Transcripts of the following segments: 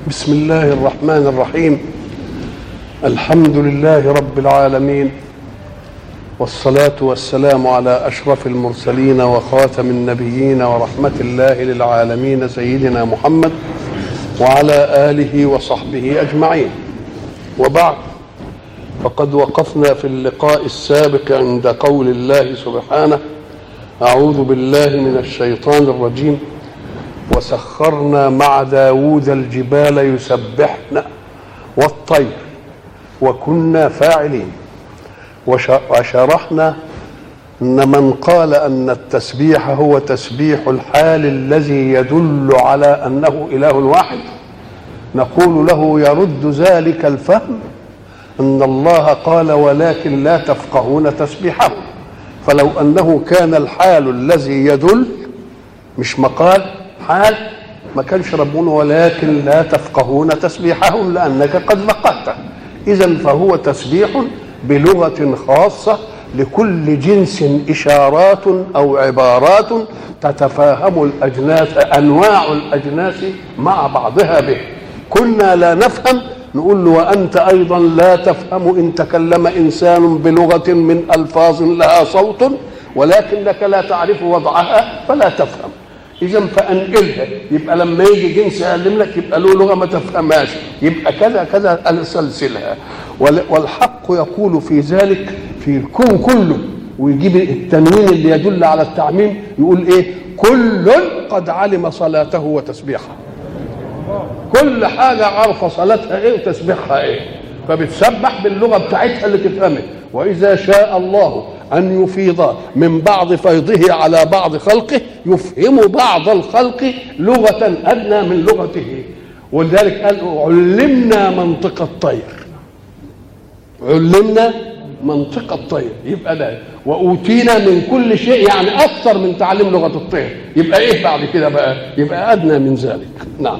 بسم الله الرحمن الرحيم. الحمد لله رب العالمين، والصلاة والسلام على أشرف المرسلين وخاتم النبيين ورحمة الله للعالمين سيدنا محمد وعلى آله وصحبه أجمعين. وبعد، فقد وقفنا في اللقاء السابق عند قول الله سبحانه: أعوذ بالله من الشيطان الرجيم: وسخرنا مع داود الجبال يسبحن والطير وكنا فاعلين. وشرحنا أن من قال أن التسبيح هو تسبيح الحال الذي يدل على أنه إله واحد، نقول له يرد ذلك الفهم أن الله قال: ولكن لا تفقهون تسبيحه. فلو أنه كان الحال الذي يدل، مش مقال، حال، ما كانش ربنا ولكن لا تفقهون تسبيحهم لأنك قد فقهته. إذن فهو تسبيح بلغة خاصة لكل جنس إشارات أو عبارات تتفاهم الأجناس، أنواع الأجناس مع بعضها به. كنا لا نفهم، نقول له: وأنت أيضا لا تفهم إن تكلم إنسان بلغة من ألفاظ لها صوت ولكنك لا تعرف وضعها فلا تفهم. إذن فأنقلها، يبقى لما يجي جنس يعلم لك يبقى له لغة ما تفهمهاش، يبقى كذا كذا أسلسلها. والحق يقول في ذلك في الكون كله، ويجيب التنوين اللي يدل على التعميم، يقول إيه؟ كل قد علم صلاته وتسبيحه. كل حاجة عارفة صلاتها إيه وتسبيحها إيه، فبتسبح باللغة بتاعتها اللي تفهمها. وإذا شاء الله أن يفيض من بعض فيضه على بعض خلقه يفهم بعض الخلق لغة أدنى من لغته. ولذلك قال: علمنا منطق الطير. علمنا منطق الطير، يبقى ده وأوتينا من كل شيء، يعني أكثر من تعليم لغة الطير. يبقى إيه بعد كده بقى؟ يبقى أدنى من ذلك. نعم.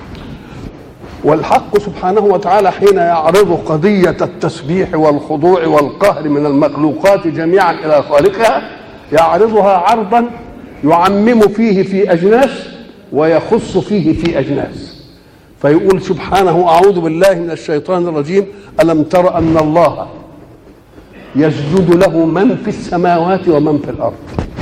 والحق سبحانه وتعالى حين يعرض قضية التسبيح والخضوع والقهر من المخلوقات جميعا إلى خالقها، يعرضها عرضا يعمم فيه في أجناس ويخص فيه في أجناس. فيقول سبحانه: أعوذ بالله من الشيطان الرجيم: ألم تر أن الله يسجد له من في السماوات ومن في الأرض،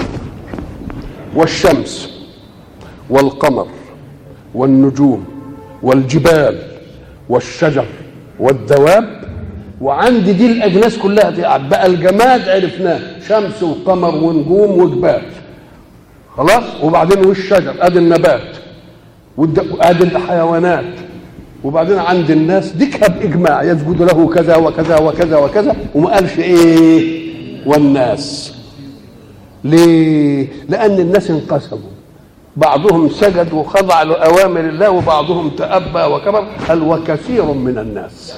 والشمس والقمر والنجوم والجبال والشجر والدواب. وعندي دي الأجناس كلها دي. بقى الجماد عرفناه: شمس وقمر ونجوم وجبال، خلاص. وبعدين والشجر ادي النبات، وادي الحيوانات. وبعدين عند الناس ديكها بإجماع يسجد له كذا وكذا وكذا وكذا، وما قالش ايه والناس. ليه؟ لأن الناس انقسموا، بعضهم سجد وخضع لأوامر الله وبعضهم تأبى وكبر. قال: وكثير من الناس.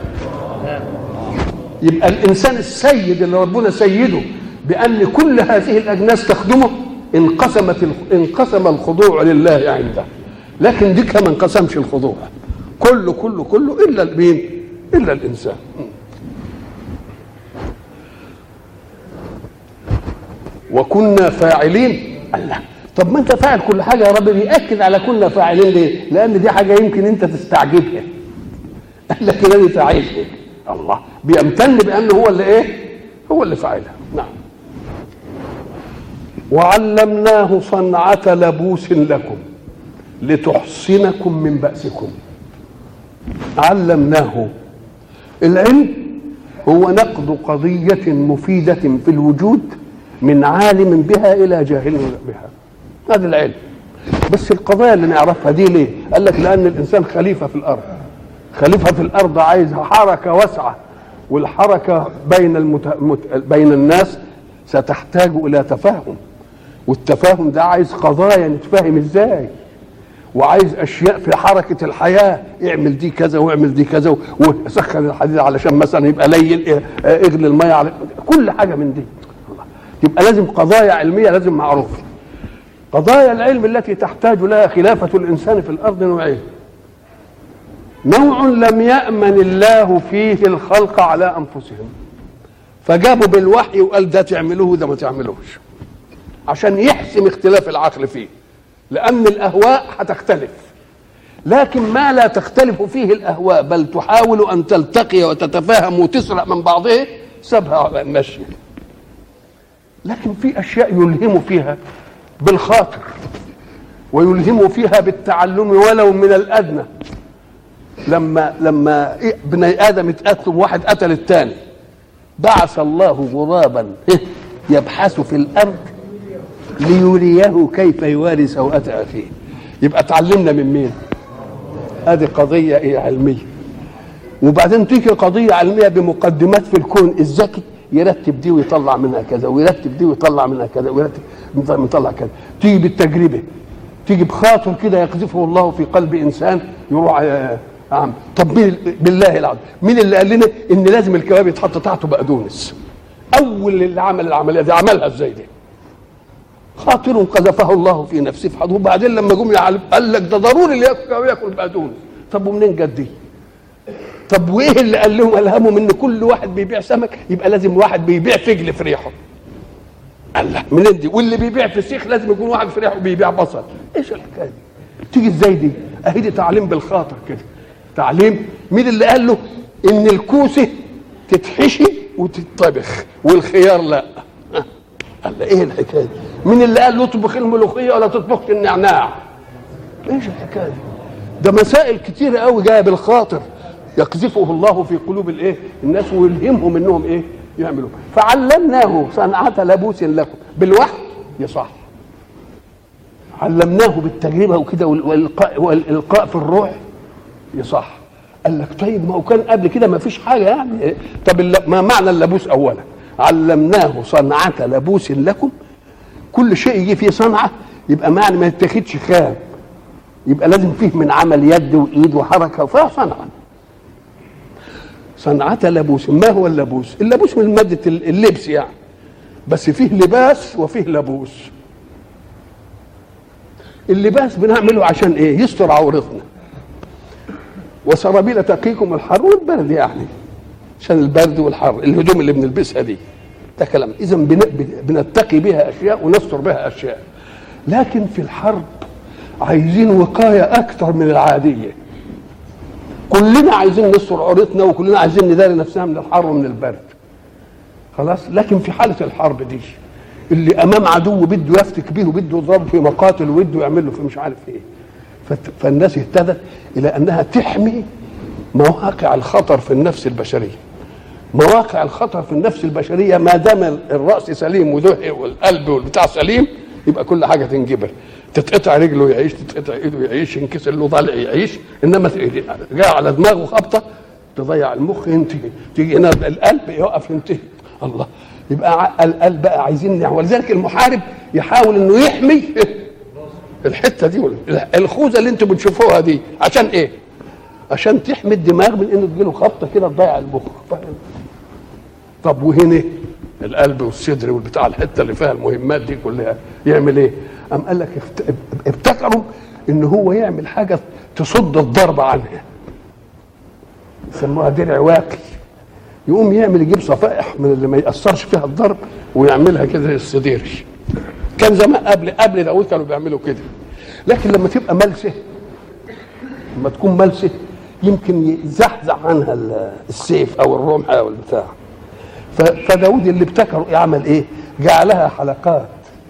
يبقى الإنسان السيد اللي ربنا سيده بأن كل هذه الأجناس تخدمه، انقسم الخضوع لله عنده. لكن ديك ما انقسمش الخضوع، كله إلا مين؟ إلا الإنسان. وكنا فاعلين. الله، طب ما انت فاعل كل حاجه يا رب، بيأكد على كنا فاعلين ليه؟ لان دي حاجه يمكن انت تستعجبها. قال لك انني فاعلها. الله بيمتن بانه هو اللي ايه؟ هو اللي فاعلها. نعم. وعلمناه صنعة لبوس لكم لتحصنكم من بأسكم. علمناه. العلم هو نقد قضية مفيدة في الوجود من عالم بها إلى جاهل بها. هذا العلم. بس القضايا اللي نعرفها دي ليه؟ قال لك لأن الإنسان خليفة في الأرض. خليفة في الأرض عايز حركة واسعة، والحركة بين الناس ستحتاج إلى تفاهم، والتفاهم ده عايز قضايا نتفاهم إزاي، وعايز أشياء في حركة الحياة. اعمل دي كذا واعمل دي كذا، وسخن الحديد علشان مثلا يبقى لين، اغلي المية على كل حاجة من دي. يبقى لازم قضايا علمية لازم معروفة. قضايا العلم التي تحتاج لها خلافة الإنسان في الأرض نوعين: نوع لم يأمن الله فيه الخلق على أنفسهم، فجابوا بالوحي وقال ده تعملوه وده ما تعملوش، عشان يحسم اختلاف العقل فيه، لأن الأهواء هتختلف. لكن ما لا تختلف فيه الأهواء بل تحاول أن تلتقي وتتفاهم وتسرع من بعضه سابها على المشي. لكن في أشياء يلهم فيها بالخاطر ويلهم فيها بالتعلم ولو من الأدنى. لما بني آدم اتقتلوا واحد قتل الثاني بعث الله غرابا يبحث في الأرض ليريه كيف يواري سوءة أخيه. يبقى اتعلمنا من مين؟ هذه قضية علمية. وبعدين تيجي قضية علمية بمقدمات في الكون. الذكي يرتب دي ويطلع منها كذا ويرتب دي ويطلع منها كذا ويرتب يطلع كذا. تيجي بالتجربة، تيجي بخاطر كده يقذفه الله في قلب إنسان يروح عم. طب مين بالله العظيم مين اللي قال لنا إن لازم الكباب يتحط تحته بقدونس؟ أول اللي عمل العملية دي عملها إزاي دي؟ خاطر قذفه الله في نفسه فحضره. وبعدين لما جم قال لك ده ضروري اللي ياكل بقدونس. طب ومنين جت دي؟ طب وايه اللي قال لهم الهمهم ان كل واحد بيبيع سمك يبقى لازم واحد بيبيع فجل في ريحه؟ الله منين دي؟ واللي بيبيع فسيخ لازم يكون واحد في ريحه بيبيع بصل. ايش الحكايه دي؟ تيجي ازاي دي؟ اهي دي تعليم بالخاطر كده. تعليم. مين اللي قال له ان الكوسه تتحشي وتتطبخ والخيار لا؟ قال له ايه الحكايه دي؟ مين اللي قال له اطبخ الملوخيه ولا تطبخ النعناع؟ ايش الحكايه دي؟ ده مسائل كتيره قوي جايه بالخاطر يقذفه الله في قلوب الايه؟ الناس ويلهمهم انهم ايه؟ يعملوا. فعلمناه صنعة لبوس لكم بالوحي يصح. علمناه بالتجربه وكده والالقاء في الروح يصح. قال لك طيب ما هو كان قبل كده ما فيش حاجه يعني. طب ما معنى اللبوس اولا؟ علمناه صنعة لبوس لكم. كل شيء يجي فيه صنعه يبقى معنى ما يتاخدش خام، يبقى لازم فيه من عمل يد وايد وحركه وفيها صنعه. صنعة لبوس. ما هو اللبوس؟ اللبوس من مادة اللبس يعني، بس فيه لباس وفيه لبوس. اللباس بنعمله عشان ايه؟ يستر عورتنا. وسرابيل تقيكم الحر والبرد يعني عشان البرد والحر. الهدوم اللي بنلبسها دي ده كلام. اذا بنتقي بها اشياء ونستر بها اشياء. لكن في الحرب عايزين وقاية اكتر من العادية. كلنا عايزين نستر عورتنا وكلنا عايزين نداري نفسنا من الحر ومن البرد. خلاص. لكن في حالة الحرب دي اللي امام عدو بده يفتك به وبده يضربه في مقاتل وبده يعمل له في مش عارف ايه، فالناس اهتدت الى انها تحمي مواقع الخطر في النفس البشريه. مواقع الخطر في النفس البشريه ما دام الراس سليم وذهي والقلب والبتاع سليم يبقى كل حاجه تنجبر. تتقطع رجله يعيش، تتقطع ايده يعيش، ينكسر له ضلع يعيش. انما جاء على دماغه خبطه تضيع المخ ينتهي، تيجي هنا القلب يقف ينتهي. الله. يبقى القلب بقى عايزين. ولذلك المحارب يحاول انه يحمي الحته دي الخوذه اللي انتم بتشوفوها دي. عشان ايه؟ عشان تحمي الدماغ من انه تجيله خبطه كده تضيع المخ. طب وهنا القلب والصدر والبتاع الحته اللي فيها المهمات دي كلها يعمل ايه؟ قام قال لك ابتكروا ان هو يعمل حاجه تصد الضرب عنها يسموها درع واقي. يقوم يجيب صفائح من اللي ما ياثرش فيها الضرب ويعملها كده زي الصديري. كان زمان قبل داوود كانوا بيعملوا كده. لكن لما تبقى ملسه، لما تكون ملسه يمكن يزحزح عنها السيف او الرمح او البتاع. فداوود اللي ابتكره يعمل ايه؟ جعلها حلقات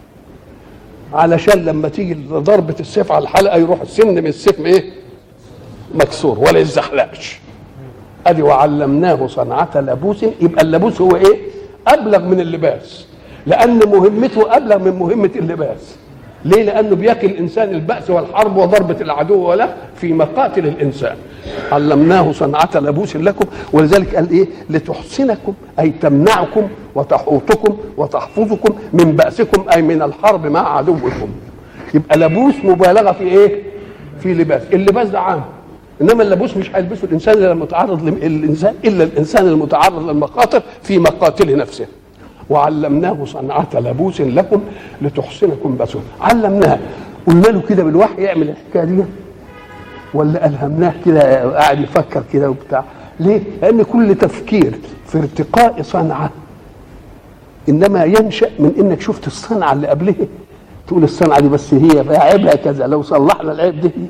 علشان لما تيجي ضربه السيف على الحلقه يروح السن من السيف ايه؟ مكسور ولا يزحلقش. ادي وعلمناه صنعة لبوس. يبقى اللبوس هو ايه؟ ابلغ من اللباس، لان مهمته ابلغ من مهمه اللباس. ليه؟ لانه بيقي الانسان البأس والحرب وضربه العدو ولا في مقاتل الانسان. علمناه صنعة لبوس لكم. ولذلك قال ايه؟ لتحصنكم اي تمنعكم وتحوطكم وتحفظكم من بأسكم اي من الحرب مع عدوكم. يبقى لبوس مبالغه في ايه؟ في لباس. اللباس ده عام، انما اللبوس مش هيلبسه الانسان الا المتعرض الانسان المتعرض للمخاطر في مقاتل نفسه. وعلمناه صنعة لبوس لكم لتحصنكم بأسكم. علمناه. قلنا له كده بالوحي يعمل الحكايه دي ولا الهمناه كده قاعد يفكر كده وبتاع؟ ليه؟ لان كل تفكير في ارتقاء صنعه انما ينشا من انك شفت الصنعه اللي قبلها تقول الصنعه دي بس هي عيبها كذا، لو صلحنا العيب ده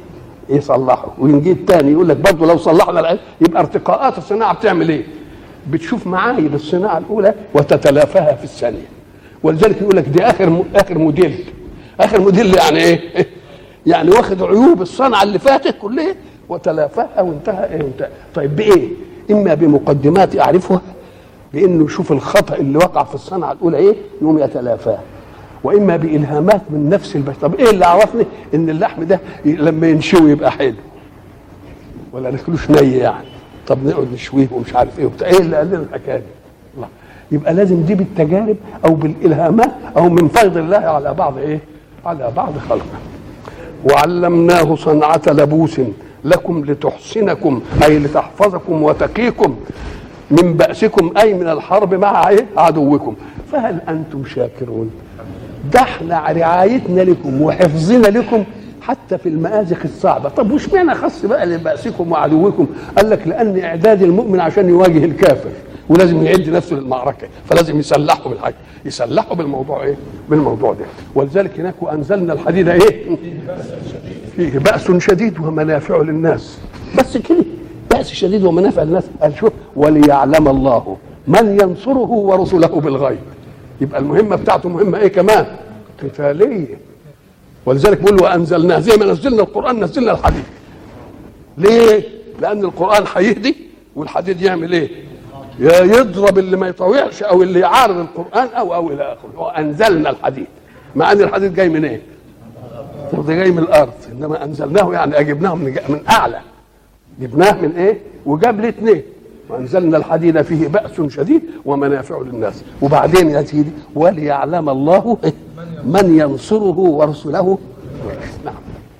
يصلحه، ويجي الثاني يقول لك برضه لو صلحنا العلم. يبقى ارتقاءات الصناعه بتعمل ايه؟ بتشوف معايب الصناعه الاولى وتتلافاها في الثانيه. ولذلك يقول لك دي اخر موديل. اخر موديل يعني ايه؟ يعني واخد عيوب الصنعه اللي فاتت كلها وتلافاها وانتهى ايه وانتهى. طيب بايه؟ اما بمقدمات يعرفها، بانه يشوف الخطا اللي وقع في الصنعه الاولى ايه يقوم يتلافاه، واما بالهامات من نفس البشر. طب ايه اللي عرفني ان اللحم ده لما ينشوي يبقى حلو ولا ناكلوش ني يعني؟ طب نقعد نشويه ومش عارف ايه وبتاع. ايه اللي قال لنا الحكايه دي؟ الله. يبقى لازم دي بالتجارب او بالالهامات او من فضل الله على بعض ايه؟ على بعض خلقه. وعلمناه صنعة لبوس لكم لتحصنكم اي لتحفظكم وتقيكم من بأسكم اي من الحرب مع ايه؟ عدوكم. فهل انتم شاكرون؟ ده احنا رعايتنا لكم وحفظنا لكم حتى في المآزق الصعبه. طب وش معنى خاص بقى لبأسكم وعدوكم؟ قال لك لان اعداد المؤمن عشان يواجه الكافر ولازم يعد نفسه للمعركه، فلازم يسلحه بالحاجه، يسلحه بالموضوع ايه؟ بالموضوع ده. ولذلك هناك وانزلنا الحديد ايه؟ فيه بأس شديد ومنافع للناس. بس كده بأس شديد ومنافع للناس. قال شوف وليعلم الله من ينصره ورسله بالغيب. يبقى المهمه بتاعته مهمه ايه كمان؟ قتاليه. ولذلك بيقول وانزلناه زي ما نزلنا القران نزلنا الحديد. ليه؟ لان القران هيهدي والحديد يعمل ايه؟ يا يضرب اللي ما يطوعش او اللي يعارض القران او الى اخره. وانزلنا الحديد، مع ان الحديد جاي من ايه؟ ده جاي من الارض، انما انزلناه يعني اجبناه من اعلى. جبناه من ايه؟ وجاب لي اثنين. وانزلنا الحديد فيه بأس شديد ومنافع للناس. وبعدين يا سيدي وليعلم الله من ينصره ورسله. نعم.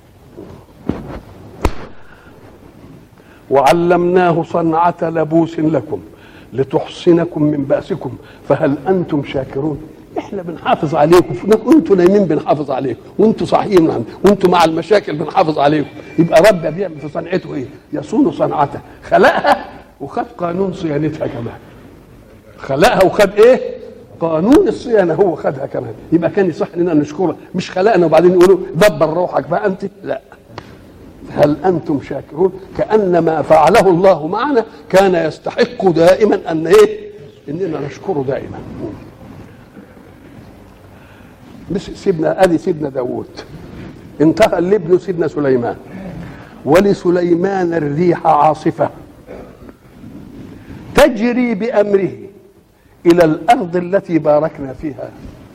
وعلمناه صنعة لبوس لكم لتحصنكم من بأسكم فهل أنتم شاكرون؟ احنا بنحافظ عليكم وانتوا نايمين بنحافظ عليكم وانتوا صاحيين وانتوا مع المشاكل بنحافظ عليكم. يبقى رب بيعمل في صنعته ايه؟ يصون صنعته، خلقها وخد قانون صيانتها كمان. خلقها وخد ايه؟ قانون الصيانه هو خدها كمان. يبقى كان يصح لنا نشكره، مش خلقنا وبعدين يقولوا دبر روحك بقى انت. لا، هل انتم شاكرون؟ كأن ما فعله الله معنا كان يستحق دائما ان ايه؟ اننا نشكره دائما. مش سيدنا داوود انتهى لابنه سيدنا سليمان. ولسليمان الريح عاصفة تجري بأمره إلى الأرض التي باركنا فيها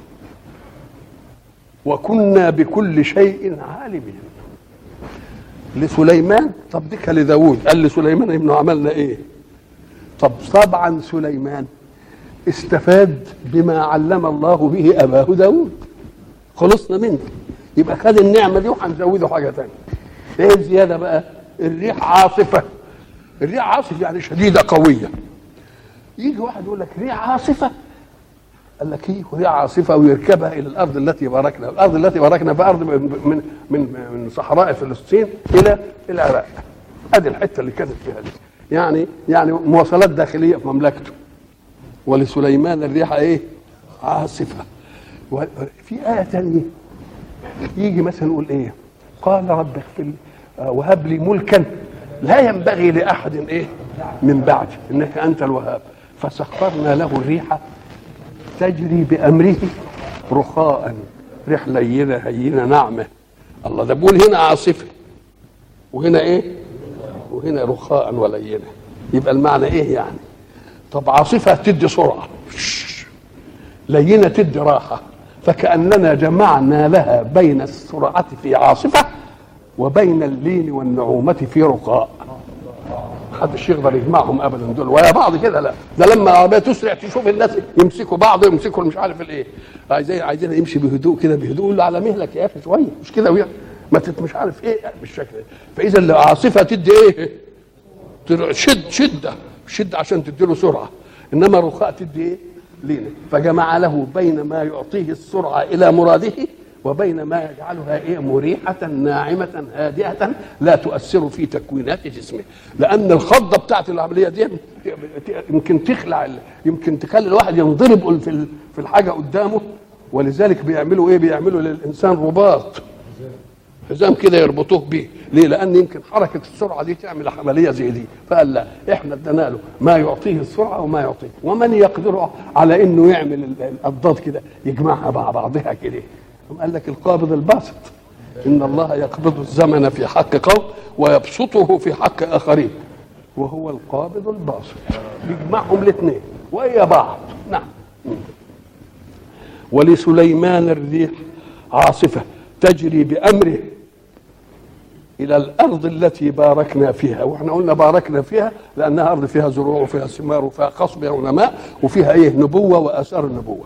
وكنا بكل شيء عالمين. لسليمان. طب ديك لداود. قال لسليمان ابنه عملنا ايه؟ طبعا سليمان استفاد بما علم الله به أباه داود. خلصنا منه. يبقى خد النعمة دي وهنزوده حاجة تانية. ايه الزيادة بقى؟ الريح عاصفة. الريح عاصفة يعني شديدة قوية. يجي واحد يقول لك ريح عاصفة، قال لك ايه ريح عاصفة ويركبها الى الارض التي باركنا. الارض التي باركنا بارض من صحراء فلسطين الى العراق. ادي الحتة اللي كانت فيها دي. يعني مواصلات داخلية في مملكته. ولسليمان الريح ايه؟ عاصفة. في آية تانية يجي مثلا نقول ايه؟ قال رب اغفر لي وهب لي ملكا لا ينبغي لاحد ايه؟ من بعدي انك انت الوهاب. فسخرنا له الريح تجري بامره رخاء. ريح لينه هينه ناعمه. الله، ده بيقول هنا عاصفه وهنا ايه؟ وهنا رخاء ولينه. يبقى المعنى ايه يعني؟ طب عاصفه تدي سرعه، لينه تدي راحه. فكأننا جمعنا لها بين السرعة في عاصفة وبين اللين والنعومة في رخاء. محدش يقدر يجمعهم ابدا دول ويا بعض كده. لا، ده لما العربيه تسرع تشوف الناس يمسكوا بعض ويمسكوا مش عارف الايه. عايزين يمشي بهدوء كده بهدوء. يقول له على مهلك يا اخي شويه، مش كده ما مش عارف ايه بالشكل ده. فاذا العاصفه تدي ايه؟ شده عشان تدي له سرعه. انما الرخاء تدي ايه؟ لينه. فجمع له بين ما يعطيه السرعه الى مراده وبين ما يجعلها ايه؟ مريحه ناعمه هادئه لا تؤثر في تكوينات جسمه. لان الخضه بتاعت العمليه دي يمكن تخلع، يمكن تخلي الواحد ينضرب في الحاجه قدامه. ولذلك بيعملوا ايه؟ بيعملوا للانسان رباط حزام كده يربطوه بيه. ليه؟ لان يمكن حركه السرعه دي تعمل عمليه زي دي. فقال لا، احنا ادينا له ما يعطيه السرعه وما يعطيه، ومن يقدر على انه يعمل الاضداد كده يجمعها مع بعضها كده. قال لك القابض الباسط، ان الله يقبض الزمن في حق قوم ويبسطه في حق اخرين، وهو القابض الباسط، يجمعهم الاثنين ويا بعض. نعم. ولسليمان الريح عاصفه تجري بامره الى الارض التي باركنا فيها. واحنا قلنا باركنا فيها لانها ارض فيها زروع وفيها ثمار وفيها خصب ونماء وفيها ايه؟ نبوه واثار النبوه.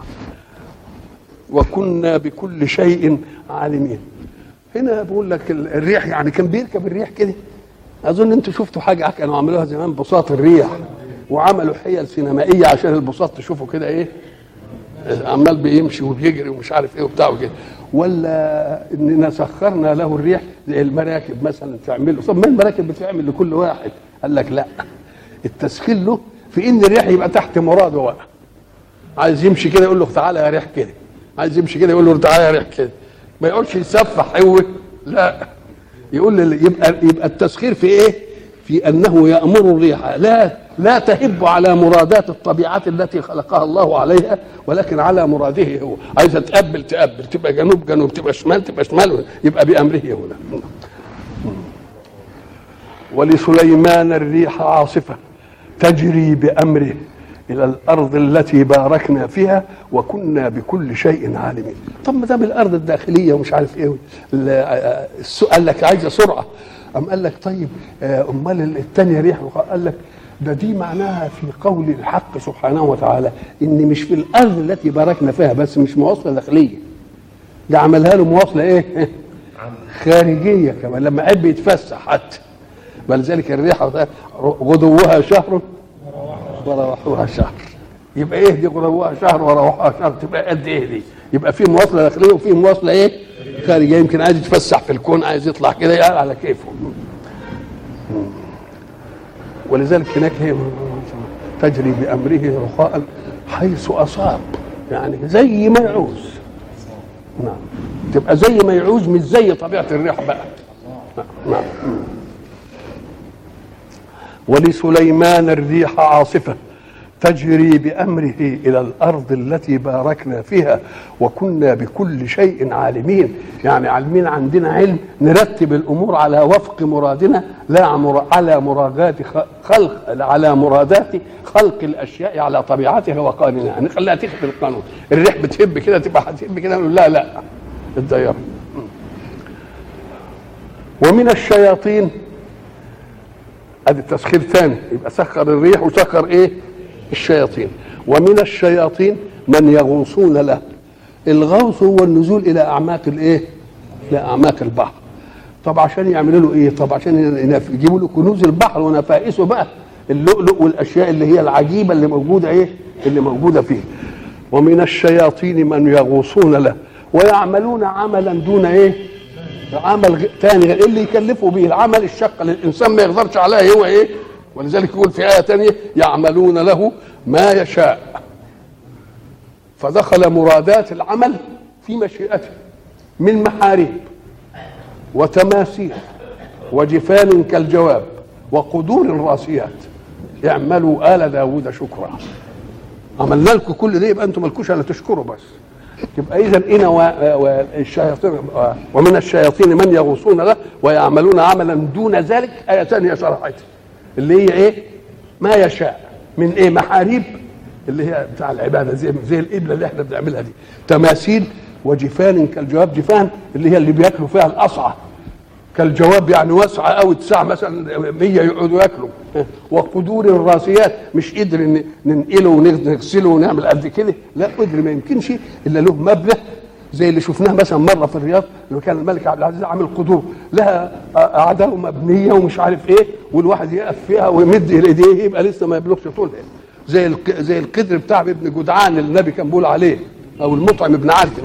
وكنا بكل شيء عالمين. هنا بقول لك الريح، يعني كان بيركب الريح كده. اظن انتوا شفتوا حاجه كانوا عملوها زمان، بساط الريح، وعملوا حيل سينمائيه عشان البساط تشوفوا كده ايه، عمال بيمشي وبيجري ومش عارف ايه وبتاع وكده. ولا اننا سخرنا له الريح زي المراكب مثلا تعمل له. طب ما المراكب بتعمل لكل واحد؟ قال لك لا، التسخير له في ان الريح يبقى تحت مراده بقى. عايز يمشي كده يقول له تعالى يا ريح كده، عايز يمشي كده يقول له تعالى يا ريح كده. ما يقولش يسفح هو، لا، يقول يبقى التسخير في ايه؟ في انه يامر الريح لا تهب على مرادات الطبيعات التي خلقها الله عليها، ولكن على مراده هو. عايزه تقبل تبقى جنوب تبقى شمال يبقى بامره هو. ولسليمان الريح عاصفه تجري بامره الى الارض التي باركنا فيها وكنا بكل شيء عالمين. طب ما دام الارض الداخليه ومش عارف ايه، قال لك عايزه سرعه. أم قال لك طيب امال الثانيه ريح؟ قال لك دي معناها في قول الحق سبحانه وتعالى ان مش في الارض التي باركنا فيها بس، مش مواصله داخليه، ده عملها له مواصله ايه؟ خارجيه كمان لما يحب يتفسح حتى. ولذلك الريح غدوها شهر وروحوها شهر. يبقى ايه دي؟ غدوها شهر وروحوها شهر، تبقى قد ايه دي؟ يبقى في مواصله داخليه وفي مواصله ايه؟ خارجيه. يمكن عايز يتفسح في الكون، عايز يطلع كده يعني على كيفه. ولذلك هناك هي تجري بامره رخاء حيث اصاب، يعني زي ما يعوز. نعم، تبقى زي ما يعوز، مش زي طبيعه الريح بقى. نعم. ولسليمان الريح عاصفه تجري بأمره إلى الأرض التي باركنا فيها وكنا بكل شيء عالمين. يعني عالمين، عندنا علم نرتب الأمور على وفق مرادنا، لا على مرادات خلق الأشياء على طبيعتها وقانونها. يعني خليها تخدم القانون. الريح بتهب كده تبقى هتهب كده، لا الديار. ومن الشياطين، ادي التسخير ثاني، يبقى سخر الريح وسخر ايه؟ الشياطين. ومن الشياطين من يغوصون له. الغوص هو النزول الى اعماق الايه؟ الى اعماق البحر. طب عشان يعملوا له ايه؟ طب عشان يجيبوا له كنوز البحر ونفائسه بقى، اللؤلؤ والاشياء اللي هي العجيبه اللي موجوده ايه؟ اللي موجوده فيه. ومن الشياطين من يغوصون له ويعملون عملا دون ايه؟ عمل ثاني اللي يكلفوا به العمل الشق للانسان ما يقدرش عليه هو ايه؟ ولذلك يقول في آية تانية يعملون له ما يشاء. فدخل مرادات العمل في مشيئته من محاريب وتماثيل وجفان كالجواب وقدور الراسيات. اعملوا آل داود شكرا. عملنا لكم كل ده، يبقى انتم مالكوش الا تشكروا بس. يبقى اذا انا والشياطين ومن الشياطين من يغوصون له ويعملون عملا دون ذلك. آية ثانية شرحتها اللي هي ايه؟ ما يشاء من ايه؟ محاريب اللي هي بتاع العباده، زي القبله اللي احنا بنعملها دي. تماثيل وجفان كالجواب. جفان اللي هي اللي بياكلوا فيها القصعه، كالجواب يعني واسعه قوي، تسع مثلا 100 يقعدوا ياكلوا. وقدور الراسيات، مش قدر ننقله ونغسله ونعمل قد كده، لا، قدر ما يمكنش الا له مبنى زي اللي شفناه مثلا مره في الرياض، لما كان الملك عبد العزيز عامل قدور لها اعداء مبنيه ومش عارف ايه، والواحد يقف فيها ويمد ايديه يبقى لسه ما يبلغش طولها، زي القدر بتاع ابن جدعان اللي النبي كان بيقول عليه، او المطعم ابن عدي.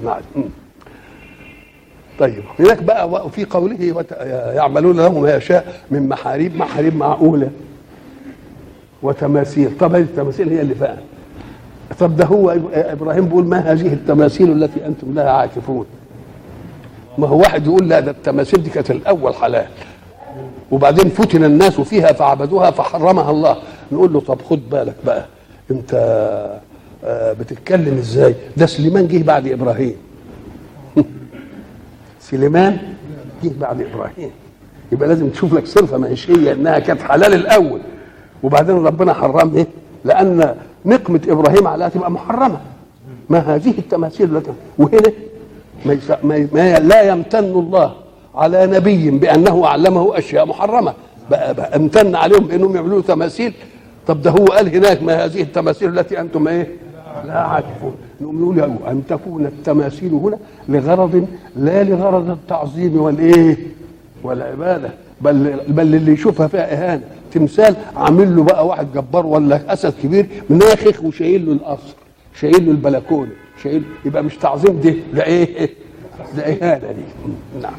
طيب هناك بقى في قوله يعملون له ما يشاء من محاريب معقوله وتماثيل. طب هذه التماثيل هي اللي فعلا. طب ده هو ابراهيم بيقول ما هذه التماثيل التي انتم لها عاكفون. ما هو واحد يقول لا ده التماثيل دي كانت الاول حلال وبعدين فتن الناس فيها فعبدوها فحرمها الله. نقول له طب خد بالك بقى انت بتتكلم ازاي؟ ده سليمان جه بعد ابراهيم. سليمان جه بعد ابراهيم، يبقى لازم تشوف لك صرفه معيشيه انها كانت حلال الاول وبعدين ربنا حرم ايه؟ لان نقمه ابراهيم عليها تبقى محرمه. ما هذه التماثيل التي وهنا ما لا يمتن الله على نبي بانه علمه اشياء محرمه، بقى امتن عليهم بانهم يعملوا تماثيل. طب ده هو قال هناك ما هذه التماثيل التي انتم ايه؟ لا عاكفون. نقول له ان تكون التماثيل هنا لغرض لا لغرض التعظيم والايه؟ والعباده، بل اللي يشوفها فيها اهانه. تمثال عامل له بقى واحد جبار ولا اسد كبير مناخخ وشايل له القصر، شايل له البلكونه، شايل، يبقى مش تعظيم ده ايه؟ ده اهانه دي. نعم.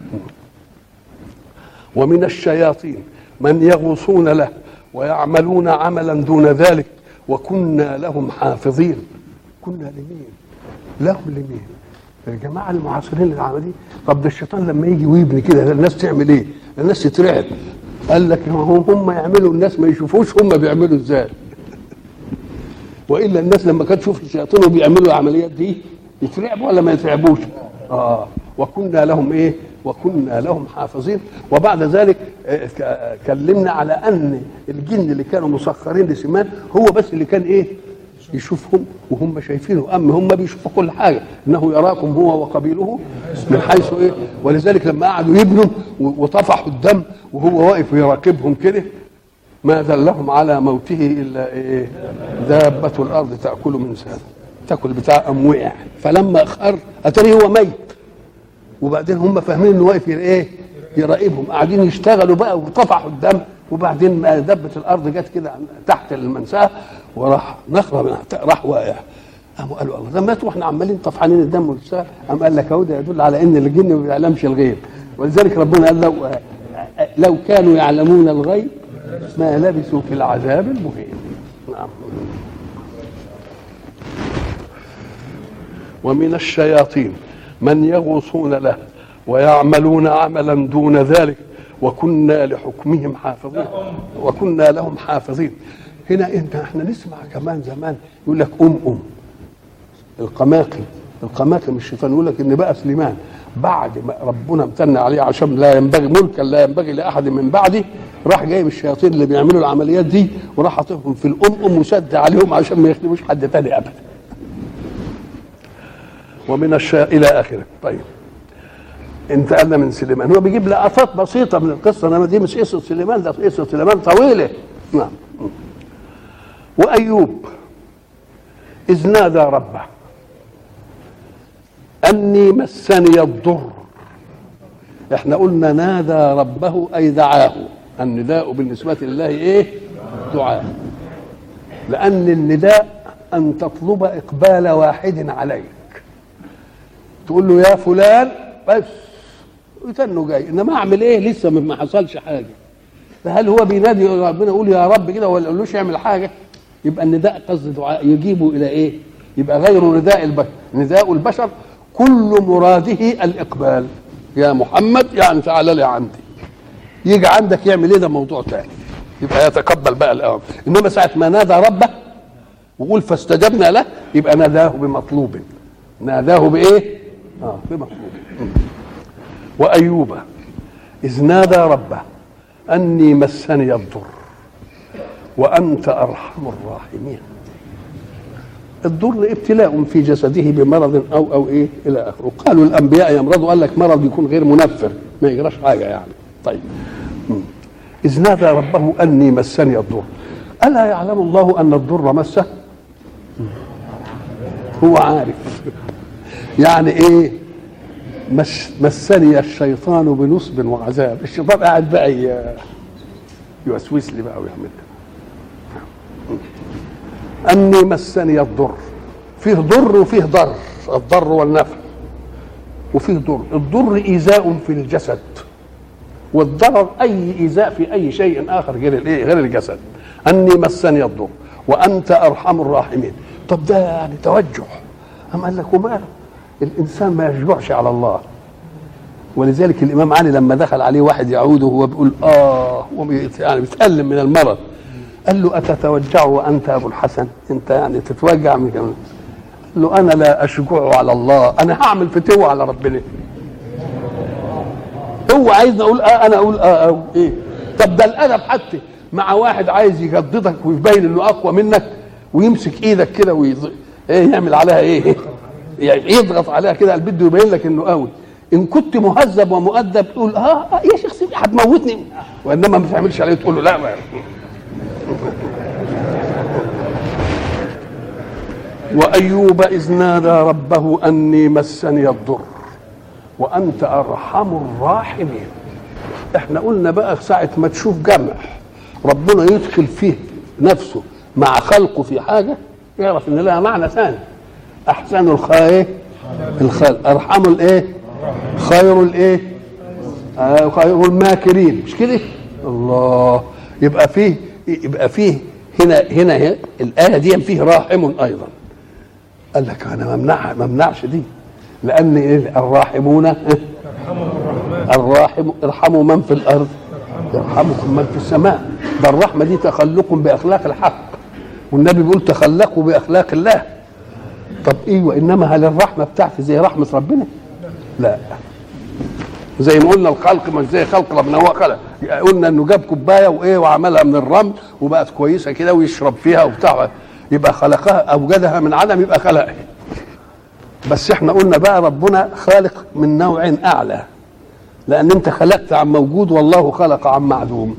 ومن الشياطين من يغوصون له ويعملون عملا دون ذلك وكنا لهم حافظين. كنا لمين؟ لهم لمين؟ الجماعه المعاصرين للعمليه. طب ده الشيطان لما يجي ويبني كده الناس تعمل ايه؟ الناس تترعب. قال لك هم يعملوا الناس ما يشوفوش هم بيعملوا ازاي. والا الناس لما كانت تشوف الشياطين وبيعملوا العمليات دي يترعبوا ولا ما يترعبوش؟ وكنا لهم ايه؟ وكنا لهم حافظين. وبعد ذلك كلمنا على ان الجن اللي كانوا مسخرين لسليمان هو بس اللي كان ايه؟ يشوفهم وهم شايفينه. اما هم بيشوفوا كل حاجه، انه يراكم هو وقبيله من حيث ايه. ولذلك لما قعدوا يبنوا وطفحوا الدم وهو واقف يراقبهم كده ما دلهم على موته الا ايه؟ دابه الارض تاكل من ساده، تاكل بتاع وقع. فلما خر اتاري هو ميت. وبعدين هم فاهمين انه واقف ايه؟ يراقبهم. قاعدين يشتغلوا بقى وطفحوا الدم. وبعدين دبه الارض جت كده تحت المنساه وراح نخره راح واقع. قاموا قالوا الله ده مات واحنا عمالين طفحانين الدم والسائل. قام قال لك اهو ده يدل على ان الجن ما بيعلمش الغيب. ولذلك ربنا قال لو كانوا يعلمون الغيب ما لبثوا في العذاب المهين. نعم. ومن الشياطين من يغوصون له ويعملون عملا دون ذلك وكنا لحكمهم حافظين. وكنا لهم حافظين. هنا احنا نسمع كمان زمان يقول لك القماقم الشيطان يقول لك ان بقى سليمان بعد ما ربنا امتن عليه عشان لا ينبغي ملكا لا ينبغي لاحد من بعده، راح جايب الشياطين اللي بيعملوا العمليات دي وراح حاططهم في وسد عليهم عشان ما يخدموش حد تاني ابدا. ومن الى اخره. طيب انتقلنا من سليمان. هو بيجيب لقطات بسيطه من القصه، انما دي مش قصه سليمان، ده قصه سليمان طويله. نعم. وايوب اذ نادى ربه اني مسني الضر. احنا قلنا نادى ربه اي دعاه. النداء بالنسبه لله ايه؟ دعاء. لان النداء ان تطلب اقبال واحد عليك، تقول له يا فلان بس ويتنه جاي. انما اعمل ايه؟ لسه ما حصلش حاجه. فهل هو بينادي ربنا يقول يا رب كده ولا يقولوش يعمل حاجه؟ يبقى النداء قصد دعاء يجيبه الى ايه؟ يبقى غير نداء البشر. نداء البشر كل مراده الاقبال. يا محمد يعني تعالى لي عندي. يجي عندك يعمل ايه؟ ده موضوع ثاني. يبقى يتقبل بقى الامر. انما ساعه ما نادى ربه وقول فاستجبنا له يبقى ناداه بمطلوب. ناداه بايه؟ بمطلوب. وايوب اذ نادى ربه اني مسني الضر وانت ارحم الراحمين. الضر ابتلاء في جسده بمرض او ايه الى اخره. قالوا الانبياء يمرضوا، قال لك مرض يكون غير منفر ما يجراش حاجه يعني. طيب اذ نادى ربه اني مسني الضر. الا يعلم الله ان الضر مسه؟ هو عارف. يعني ايه مسني الشيطان بنصب وعذاب؟ الشيطان قاعد بقى يوسوس لي بقى ويعمل اني مسني الضر. فيه ضر وفيه ضر، الضر والنفع. وفيه ضر. الضر ايذاء في الجسد، والضرر اي ايذاء في اي شيء اخر غير الجسد. اني مسني الضر وانت ارحم الراحمين. طب ده يعني توجه. أم قال لك وماله؟ الانسان ما يشجعش على الله. ولذلك الامام علي لما دخل عليه واحد يعوده وهو بيقول يعني بيتألم من المرض، قال له اتتوجع وانت ابو الحسن؟ انت يعني تتوجع من كمان؟ قال له انا لا اشجع على الله، انا هعمل فتوى على ربنا. هو عايزني اقول انا اقول أو ايه؟ طب ده الادب حتى مع واحد عايز يجددك ويبين انه اقوى منك ويمسك ايدك كده يعمل عليها ايه؟ يعني يضغط عليها كده بده يبين لك انه قوي. ان كنت مهذب ومؤدب تقول يا شيخ سيدي هتموتني، وانما ما تعملش عليه تقول له لا وايوب اذ نادى ربه اني مسني الضر وانت ارحم الراحمين. احنا قلنا بقى ساعه ما تشوف جمع ربنا يدخل فيه نفسه مع خلقه في حاجه يعرف ان لها معنى ثاني. احسن الخلق ارحم خير خير الماكرين، مش كده؟ الله. يبقى فيه هنا الايه دي فيه راحم ايضا. قال لك انا ما امنعش دي، لان الراحمون الراحم ارحموا من في الارض يرحمكم من في السماء. ده الرحمه دي تخلق باخلاق الحق، والنبي بيقول تخلقوا باخلاق الله. طب ايوه، انما هل الرحمه بتاعتي زي رحمه ربنا؟ لا. زي ما قلنا الخلق مش زي خلق ربنا. هو خلق، قلنا انه جاب كوبايه وعملها من الرمل وبقت كويسه كده ويشرب فيها وبتاع، يبقى خلقها اوجدها من عدم، يبقى خلقها. بس احنا قلنا بقى ربنا خالق من نوع اعلى، لان انت خلقت عن موجود والله خلق عن معدوم.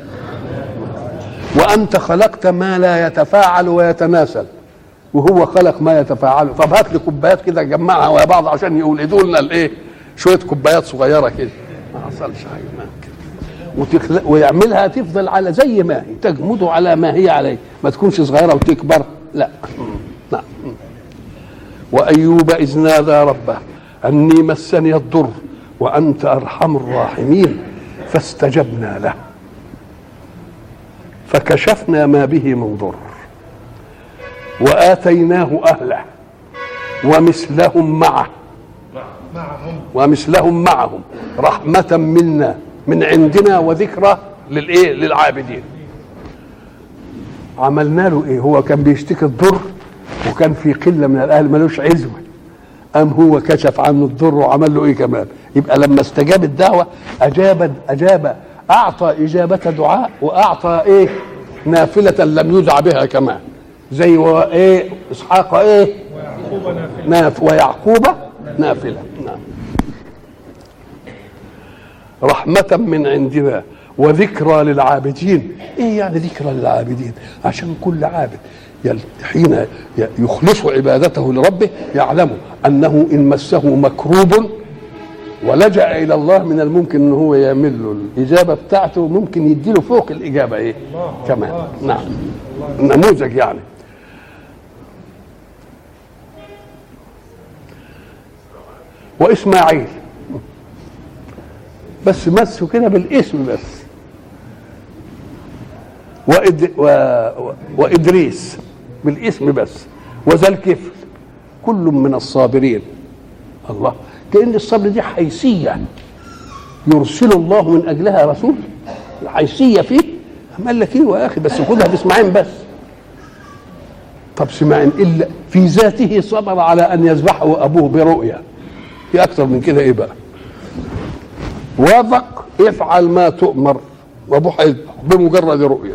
وانت خلقت ما لا يتفاعل ويتناسل وهو خلق ما يتفاعل. طب هات لي كوبايات كده جمعها ويا بعض عشان يولدوا لنا شويه كوبايات صغيره كده، ما حصلش حاجه. ويعملها تفضل على زي ما هي، تجمد على ما هي عليه، ما تكونش صغيره وتكبر، لا. نعم. وايوب اذ نادى ربه اني مسني الضر وانت ارحم الراحمين فاستجبنا له فكشفنا ما به من ضر واتيناه اهله ومثلهم معهم رحمه منا من عندنا وذكرى للعابدين. عملنا له ايه؟ هو كان بيشتكي الضر وكان في قله من الاهل ملوش عزوه، قام هو كشف عنه الضر وعمل له ايه كمان؟ يبقى لما استجاب الدعوه اجاب، اعطى اجابه دعاء واعطى نافله لم يدع بها كمان، زي اسحاق ويعقوب نافله. نعم. رحمه من عندنا وذكرى للعابدين. ايه يعني ذكرى للعابدين؟ عشان كل عابد حين يخلص عبادته لربه يعلم انه ان مسه مكروب ولجأ الى الله من الممكن ان هو يعمل له الاجابه بتاعته، ممكن يديله فوق الاجابه كمان. نعم. نموذج يعني. واسماعيل بس مسه كده بالاسم بس، وإدريس بالاسم بس، وذا الكفل كل من الصابرين. الله، كأن الصبر دي حيثية يرسل الله من أجلها رسول، حيثية فيه. قال لك ايه يا أخي بس خدها باسماعيل بس. طب اسماعيل إلا في ذاته صبر على أن يذبحه أبوه برؤيا، في أكثر من كده إيه بقى؟ وافق افعل ما تؤمر وأبوه هيذبح بمجرد رؤيا.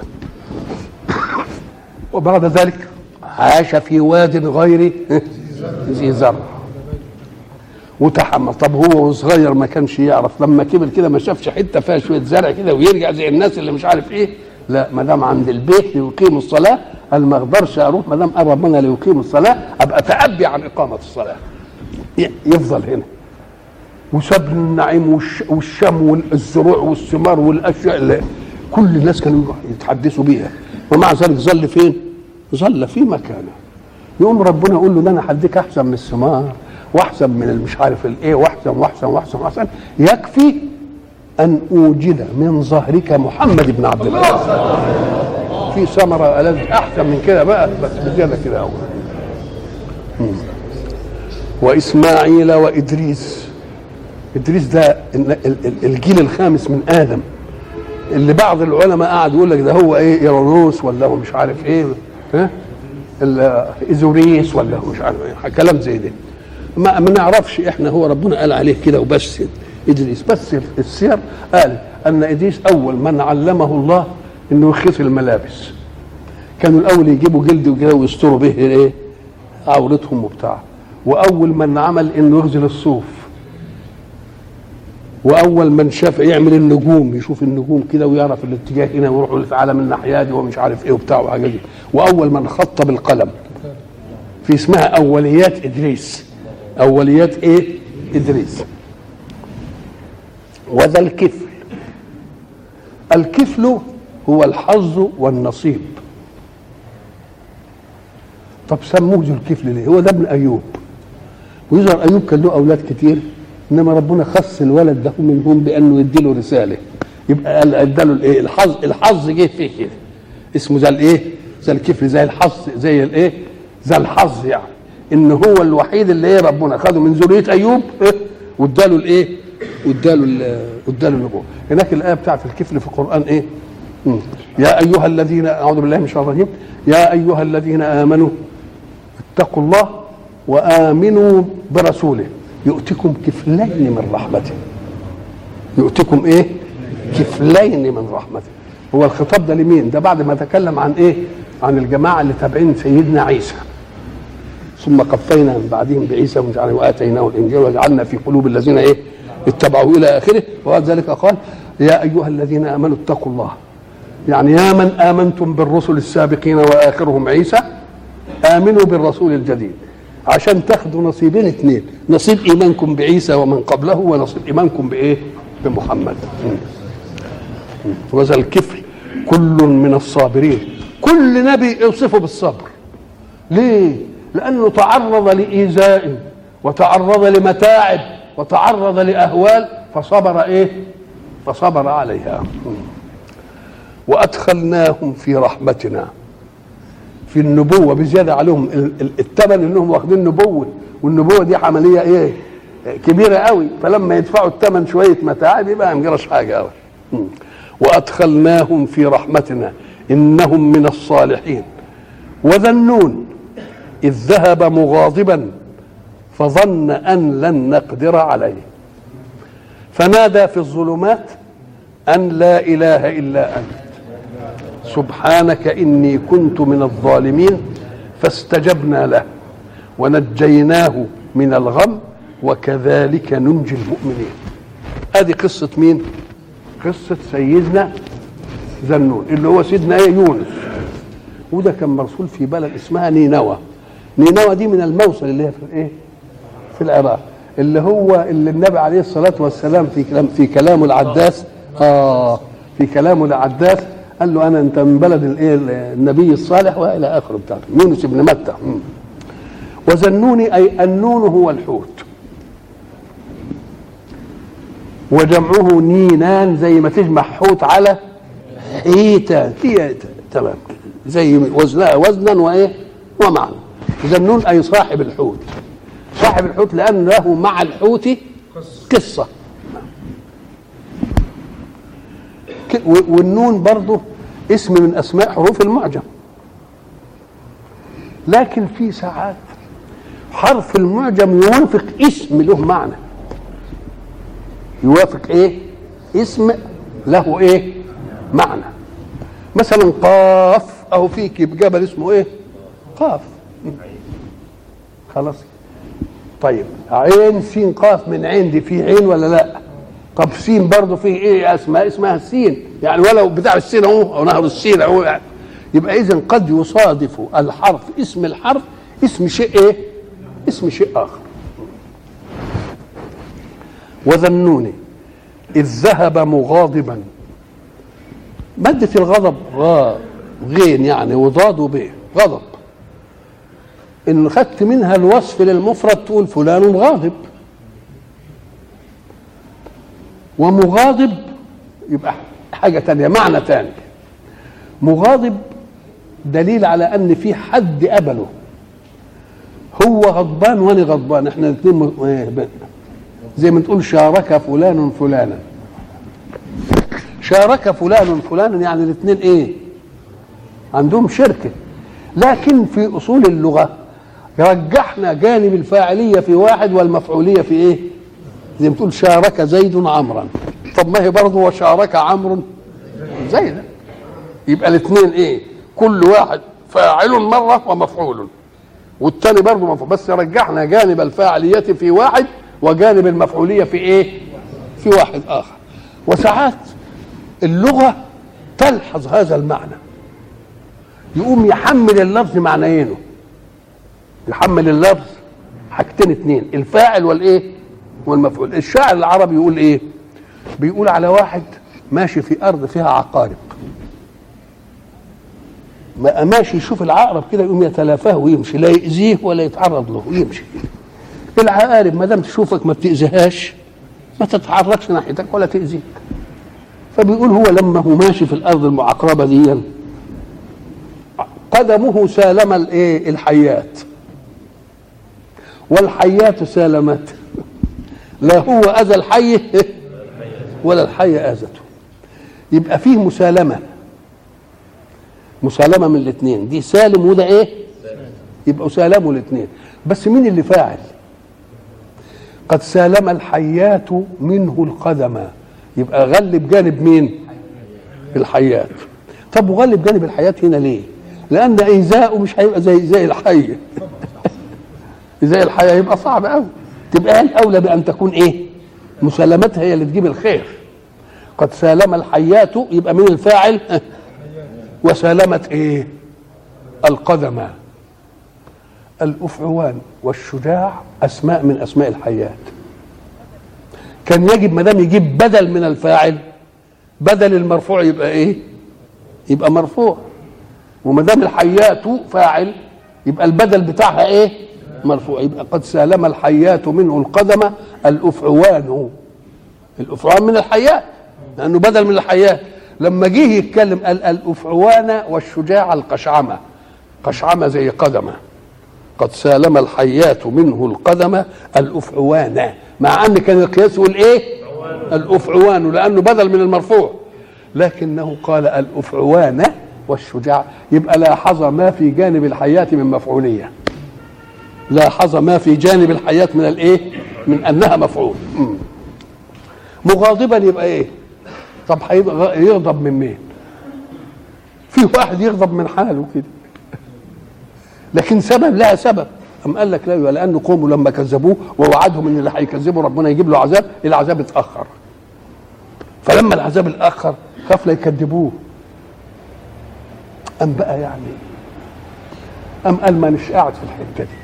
وبعد ذلك عاش في واد غير ذي زرع وتحمل. طب هو صغير ما كانش يعرف، لما كبر كده ما شافش حته فيها شويه زرع كده ويرجع زي الناس اللي مش عارف ايه؟ لا، ما دام عند البيت ليقيم الصلاه قال ما اقدرش اروح، ما دام قرب منها ليقيم الصلاه ابقى تأبي عن اقامه الصلاه، يفضل هنا. وساب النعيم والشم والزروع والثمار والاشياء اللي كل الناس كانوا يتحدثوا بيها، ومع ذلك ظل فين؟ ظل في مكانه. يقوم ربنا يقول له ده انا هديك احسن من الثمار واحسن من المش عارف الايه واحسن يكفي ان اوجد من ظهرك محمد بن عبد الله. في ثمره ألذ احسن من كده بقى، بس بزياده كده اول. واسماعيل وادريس إدريس ده الجيل الخامس من آدم، اللي بعض العلماء قاعد يقول لك ده هو ايه، ايرانوس ولا هو مش عارف ايه، ها، ايزوريس ولا هو مش عارف ايه، كلام زي ده ما نعرفش احنا. هو ربنا قال عليه كده وبس ادريس. بس السير قال ان ادريس اول من علمه الله انه يخيط الملابس. كانوا الاول يجيبوا جلد وكده ويستروا به ايه عورتهم وبتاع. واول من عمل انه يغزل الصوف. واول من شاف يعمل النجوم، يشوف النجوم كده ويعرف الاتجاه هنا ويروح في عالم الناحيه دي ومش عارف ايه وبتاع وحاجات دي. واول من خط بالقلم، في اسمها اوليات ادريس. اوليات ايه؟ ادريس. وذا الكفل. الكفل هو الحظ والنصيب. طب سموه ذو الكفل ليه؟ هو ده ابن ايوب، ويظهر ايوب كان له اولاد كتير، انما ربنا خص الولد ده منهم بانه يديله رساله، يبقى اداله الايه؟ الحظ جه فيه كده، اسمه زي الايه؟ زي الكفل، زي الحظ، زي الايه؟ زي الحظ، يعني ان هو الوحيد اللي ايه ربنا خده من ذريه ايوب إيه؟ واداله الايه؟ واداله النبوه. هناك الايه بتاعت الكفل في القران ايه؟ يا ايها الذين، اعوذ بالله من الشيطان الرجيم، يا ايها الذين امنوا اتقوا الله وامنوا برسوله يؤتكم كفلين من رحمته. يؤتكم ايه؟ كفلين من رحمته. هو الخطاب ده لمين؟ ده بعد ما تكلم عن ايه؟ عن الجماعه اللي تابعين سيدنا عيسى، ثم قفينا من بعدهم بعيسى واتيناه الانجيل وجعلنا في قلوب الذين ايه؟ اتبعوا الى اخره. وبعد ذلك قال يا ايها الذين امنوا اتقوا الله، يعني يا من امنتم بالرسل السابقين واخرهم عيسى امنوا بالرسول الجديد، عشان تاخدوا نصيبين اثنين، نصيب ايمانكم بعيسى ومن قبله، ونصيب ايمانكم بايه؟ بمحمد. وذا الكفل كل من الصابرين. كل نبي يوصفه بالصبر. ليه؟ لانه تعرض لايذاء وتعرض لمتاعب وتعرض لاهوال فصبر ايه؟ فصبر عليها. وادخلناهم في رحمتنا. في النبوه بزياده عليهم الثمن انهم واخدين نبوه، والنبوه دي عمليه ايه؟ كبيره قوي، فلما يدفعوا الثمن شويه متاعب يبقى ما يجراش حاجه قوي. وادخلناهم في رحمتنا انهم من الصالحين. وذا النون اذ ذهب مغاضبا فظن ان لن نقدر عليه فنادى في الظلمات ان لا اله الا انت سبحانك إني كنت من الظالمين فاستجبنا له ونجيناه من الغم وكذلك ننجي المؤمنين. هذه قصة مين؟ قصة سيدنا ذا النون اللي هو سيدنا يونس، وده كان مرسول في بلد اسمها نينوى. نينوى دي من الموصل اللي هي في ايه؟ في العراق، اللي هو اللي النبي عليه الصلاة والسلام في كلامه العداس في كلامه العداس قال له انت من بلد الايه؟ النبي الصالح والى اخره بتاعته، يونس بن متى. وذنوني اي النون هو الحوت، وجمعه نينان، زي ما تجمع حوت على حيتان، تمام، زي وزنها وزنا وايه ومعنى. ذنون اي صاحب الحوت، صاحب الحوت لان له مع الحوت قصه. والنون برضه اسم من اسماء حروف المعجم، لكن في ساعات حرف المعجم يوافق اسم له معنى، يوافق ايه؟ اسم له ايه؟ معنى. مثلا قاف، اهو في جبل اسمه ايه؟ قاف، خلاص. طيب عين سين قاف، من عين دي في عين ولا لا؟ طب سين برضه فيه ايه اسماء اسمها السين، يعني ولو بتاع السين اهو او نهر السين اهو يعني. يبقى اذا قد يصادف الحرف اسم الحرف اسم شيء ايه؟ اسم شيء اخر. وذنوني اذ ذهب مغاضبا، مادة الغضب غين يعني وضاد وبيه، غضب. ان خدت منها الوصف للمفرد تقول فلان غاضب، ومغاضب يبقى حاجة تانية، معنى تاني. مغاضب دليل على ان في حد قبله، هو غضبان وانا غضبان، احنا الاثنين زي ما تقول شارك فلان فلانا. شارك فلان فلانا يعني الاثنين ايه؟ عندهم شركه. لكن في اصول اللغه رجحنا جانب الفاعليه في واحد والمفعوليه في ايه؟ زي ما تقول شارك زيد عمرا. طب ما هي برضه وشارك عمرو زيدا. يبقى الاثنين ايه؟ كل واحد فاعل مره ومفعول، والثاني برضه مفعول، بس رجحنا جانب الفاعليه في واحد وجانب المفعوليه في ايه؟ في واحد اخر. وساعات اللغه تلحظ هذا المعنى، يقوم يحمل اللفظ معنيينه. يحمل اللفظ حاجتين اثنين، الفاعل والايه؟ والمفعول. الشاعر العربي يقول ايه؟ بيقول على واحد ماشي في ارض فيها عقارب، ما ماشي يشوف العقرب كده يقوم يتلافاه ويمشي، لا يأذيه ولا يتعرض له ويمشي. العقارب ما دام تشوفك ما بتأذيهاش ما تتحركش ناحيتك ولا تأذيك. فبيقول هو لما هو ماشي في الارض المعقربه دي قدمه سالم الايه؟ الحيات، والحيات سالمته، لا هو اذى الحي ولا الحي اذته. يبقى فيه مسالمه من الاثنين، دي سالم وده ايه؟ يبقوا سالموا الاثنين. بس مين اللي فاعل؟ قد سالم الحيات منه القدم، يبقى غلب جانب مين؟ الحيات. طب وغلب جانب الحيات هنا ليه؟ لان ايذاؤه مش هيبقى زي الحي زي الحي يبقى صعب قوي. تبقى الاولى بان تكون ايه؟ مسالمتها هي اللي تجيب الخير. قد سالم الحيات يبقى مين الفاعل؟ وسالمت ايه؟ القدم. الافعوان والشجاع اسماء من اسماء الحيات. كان يجب ما دام يجيب بدل من الفاعل، بدل المرفوع يبقى ايه؟ يبقى مرفوع. وما دام الحيات فاعل يبقى البدل بتاعها ايه؟ مرفوع. يبقى قد سالم الحيات منه القدم الافعوان. الافعوان من الحيات لانه بدل من الحيات. لما جه يتكلم قال الافعوان والشجاع القشعمه. قشعمه زي قدمه. قد سالم الحيات منه القدم الافعوان، مع ان كان القياس يقول ايه؟ الافعوان لانه بدل من المرفوع، لكنه قال الافعوان والشجاع. يبقى لاحظ ما في جانب الحيات من مفعوليه، لاحظ ما في جانب الحيات من الايه؟ من انها مفعول. مغاضبا يبقى ايه؟ طب هيبقى يغضب من مين؟ في واحد يغضب من حاله كده، لكن سبب لها سبب. أم قال لك لا، لأنه قوموا لما كذبوه ووعدهم ان اللي هيكذبوا ربنا يجيب له عذاب، العذاب اتأخر. فلما العذاب اتأخر خاف لا يكذبوه. أم بقى يعني أم قال ما نش قاعد في الحتة دي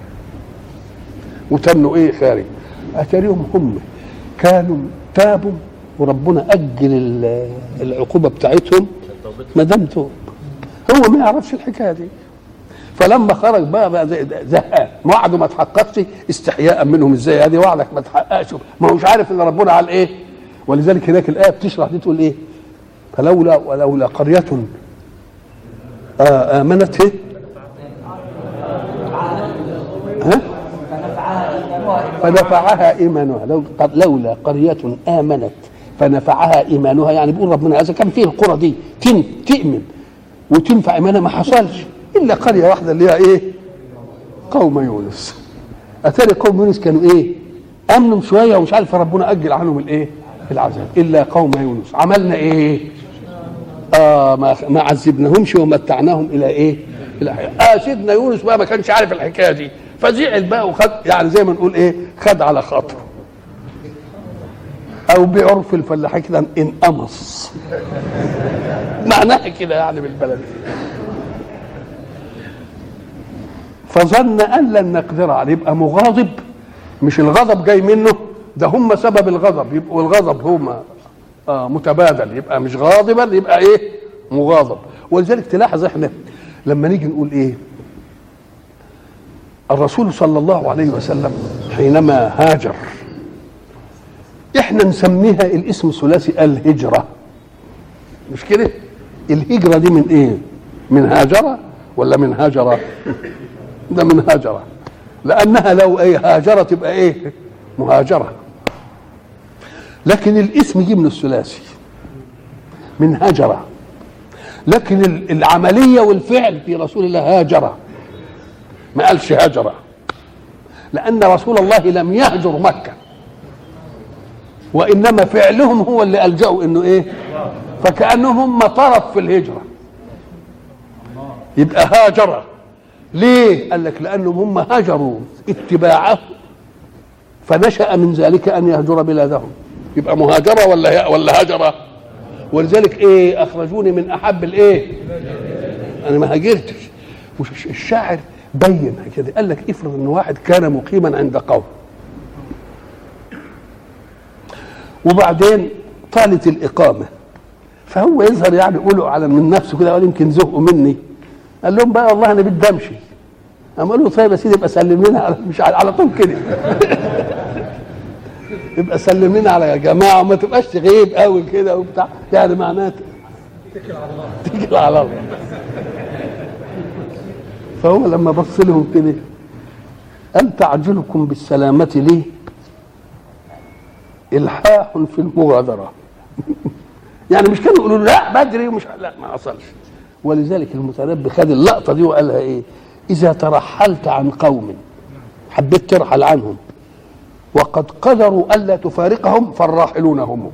وتنوا ايه خارج. أتاريهم هم كانوا تابوا وربنا أجل العقوبة بتاعتهم ما دام توب. هو ما يعرفش الحكاية دي. فلما خرج بقى زهقان، وعده ما تحققش استحياء منهم. ازاي هذه وعدك ما تحققش؟ ما هو مش عارف ان ربنا على ايه. ولذلك هناك الايه بتشرح دي تقول ايه؟ ولولا قريه امنت ايه؟ فنفعها ايمانها. لولا قريه امنت فنفعها ايمانها، يعني بيقول ربنا اذا كان فيه القرى دي تؤمن وتنفع ايمانها ما حصلش الا قريه واحده اللي هي ايه؟ قوم يونس. اتاري قوم يونس كانوا ايه؟ امنوا شويه ومش عارف ربنا اجل عنهم الايه؟ العذاب. الا قوم يونس عملنا ايه؟ ما عذبناهمش ومتعناهم الى ايه؟ الى سيدنا يونس بقى ما كانش عارف الحكايه دي، فزعل بقى وخد، يعني زي ما نقول ايه؟ خد على خاطره، او بعرف الفلاحين كده انقمص معناها كده يعني بالبلد. فظن ان لن نقدر عليه. يبقى مغاضب، مش الغضب جاي منه، ده هم سبب الغضب. يبقوا الغضب هم متبادل، يبقى مش غاضبا يبقى ايه؟ مغاضب. ولذلك تلاحظ احنا لما نيجي نقول ايه؟ الرسول صلى الله عليه وسلم حينما هاجر، احنا نسميها الاسم الثلاثي الهجرة، مش كده؟ الهجرة دي من ايه؟ من هاجرة ولا من هاجرة؟ ده من هاجرة، لانها لو ايه هاجرة تبقى ايه؟ مهاجرة. لكن الاسم يجي من الثلاثي من هجر، لكن العمليه والفعل في رسول الله هاجر، ما قالش هجر، لان رسول الله لم يهجر مكه، وانما فعلهم هو اللي الجأوا انه ايه، فكأنهم هم طرف في الهجره، يبقى هاجر. ليه؟ قال لك لانهم هم هجروا اتباعه فنشأ من ذلك ان يهجر بلادهم، يبقى مهاجره ولا هجره؟ ولذلك ايه، اخرجوني من احب الايه، انا ما هاجرتش. الشاعر بين كده، قال لك افرض ان واحد كان مقيما عند قوم وبعدين طالت الاقامه، فهو يظهر يعني يقولوا على من نفسه كده، قال يمكن زهقوا مني، قال لهم بقى والله انا بدي امشي. قام قالوا طيب يا سيدي يبقى سلم لنا مش على طول كده يبقى سلم لنا على يا جماعه وما تبقاش تغيب قوي كده وبتاع، يعني معناته اتكل على الله. فهو لما بص لهم كده قال تعجلكم بالسلامه ليه الحاح في المغادره يعني مش كانوا يقولوا لا بدري ومش لا ما حصلش. ولذلك المتنبي خد اللقطه دي وقالها ايه، اذا ترحلت عن قوم، حبيت ترحل عنهم وقد قدروا الا تفارقهم فالراحلون هم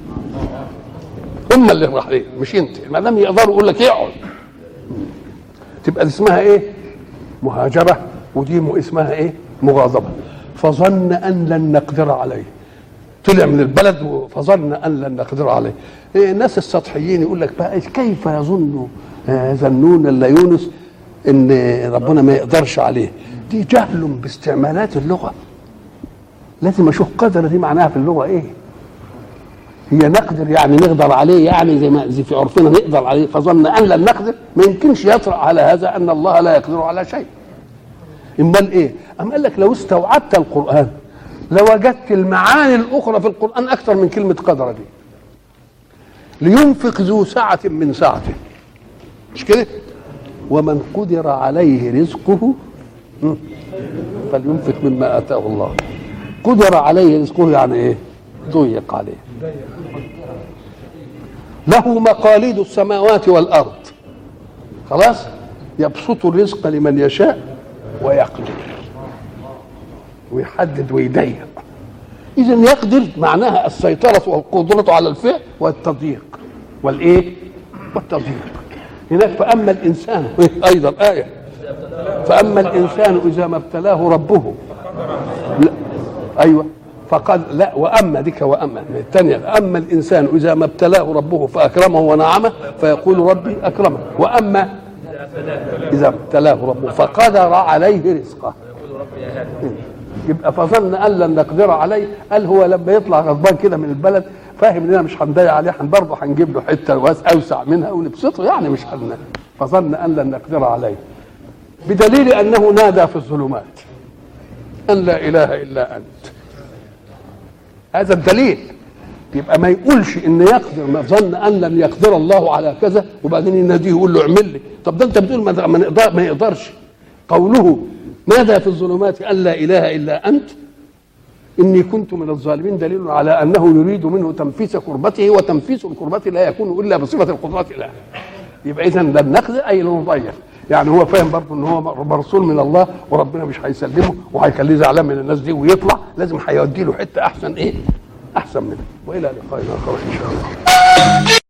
اللي الراحلين مش انت، ما دام يقدروا يقول لك اقعد، تبقى اسمها ايه، مهاجره، ودي اسمها ايه، مغاضبه. فظن ان لن نقدر عليه، طلع من البلد فظن ان لن نقدر عليه. الناس السطحيين يقول لك بقى كيف يظن ظنون الا يونس ان ربنا ما يقدرش عليه، دي جهل باستعمالات اللغه. لازم اشوف قدر دي معناها في اللغه ايه، هي نقدر يعني نقدر عليه، يعني زي في عرفنا نقدر عليه، فظن ان لن نقدر، ما يمكنش يطرأ على هذا ان الله لا يقدر على شيء. امال ايه؟ ام قال لك لو استوعبت القران لوجدت المعاني الاخرى في القران اكثر من كلمه قدر دي. لينفق ذو سعه من سعته، مش كده؟ ومن قدر عليه رزقه فلينفق مما اتاه الله. قدر عليه رزقه يعني ايه، ضيق عليه. له مقاليد السماوات والارض، خلاص، يبسط الرزق لمن يشاء ويقدر، ويحدد ويضيق. اذا يقدر معناها السيطره والقدره على الفعل والتضييق والايه، والتضييق. هناك فاما الانسان ايضا ايه، فاما الانسان اذا ما ابتلاه ربه، لا ايوه فقد لا، واما ديك واما الثانيه، اما الانسان اذا ما ابتلاه ربه فاكرمه ونعمه فيقول ربي اكرمه، واما اذا ابتلاه ربه فقدر عليه رزقه يبقى فظن ان لن نقدر عليه. قال هو لما يطلع غضبان كده من البلد فاهم اننا مش هنضيع عليه، برضه هنجيب له حته اوسع منها ونبسطه، يعني مش فظن ان لن نقدر عليه، بدليل انه نادى في الظلمات ان لا اله الا انت. هذا الدليل. يبقى ما يقولش ان يقدر، ما ظن ان لن يقدر الله على كذا وبعدين يناديه يقول له اعمل لي. طب ده انت بتقول ما يقدرش. قوله ماذا في الظلمات ان لا اله الا انت اني كنت من الظالمين دليل على انه يريد منه تنفيس كربته، وتنفيس الكربة لا يكون الا بصفه القدرة له. يبقى اذا لن نقدر اي لن نضيع، يعني هو فاهم برضه ان هو مرسول من الله وربنا مش هيسلمه وهيخليه زعلان من الناس دي ويطلع، لازم هيودي له حته احسن ايه، احسن منها. والى لقاء اخر ان شاء الله.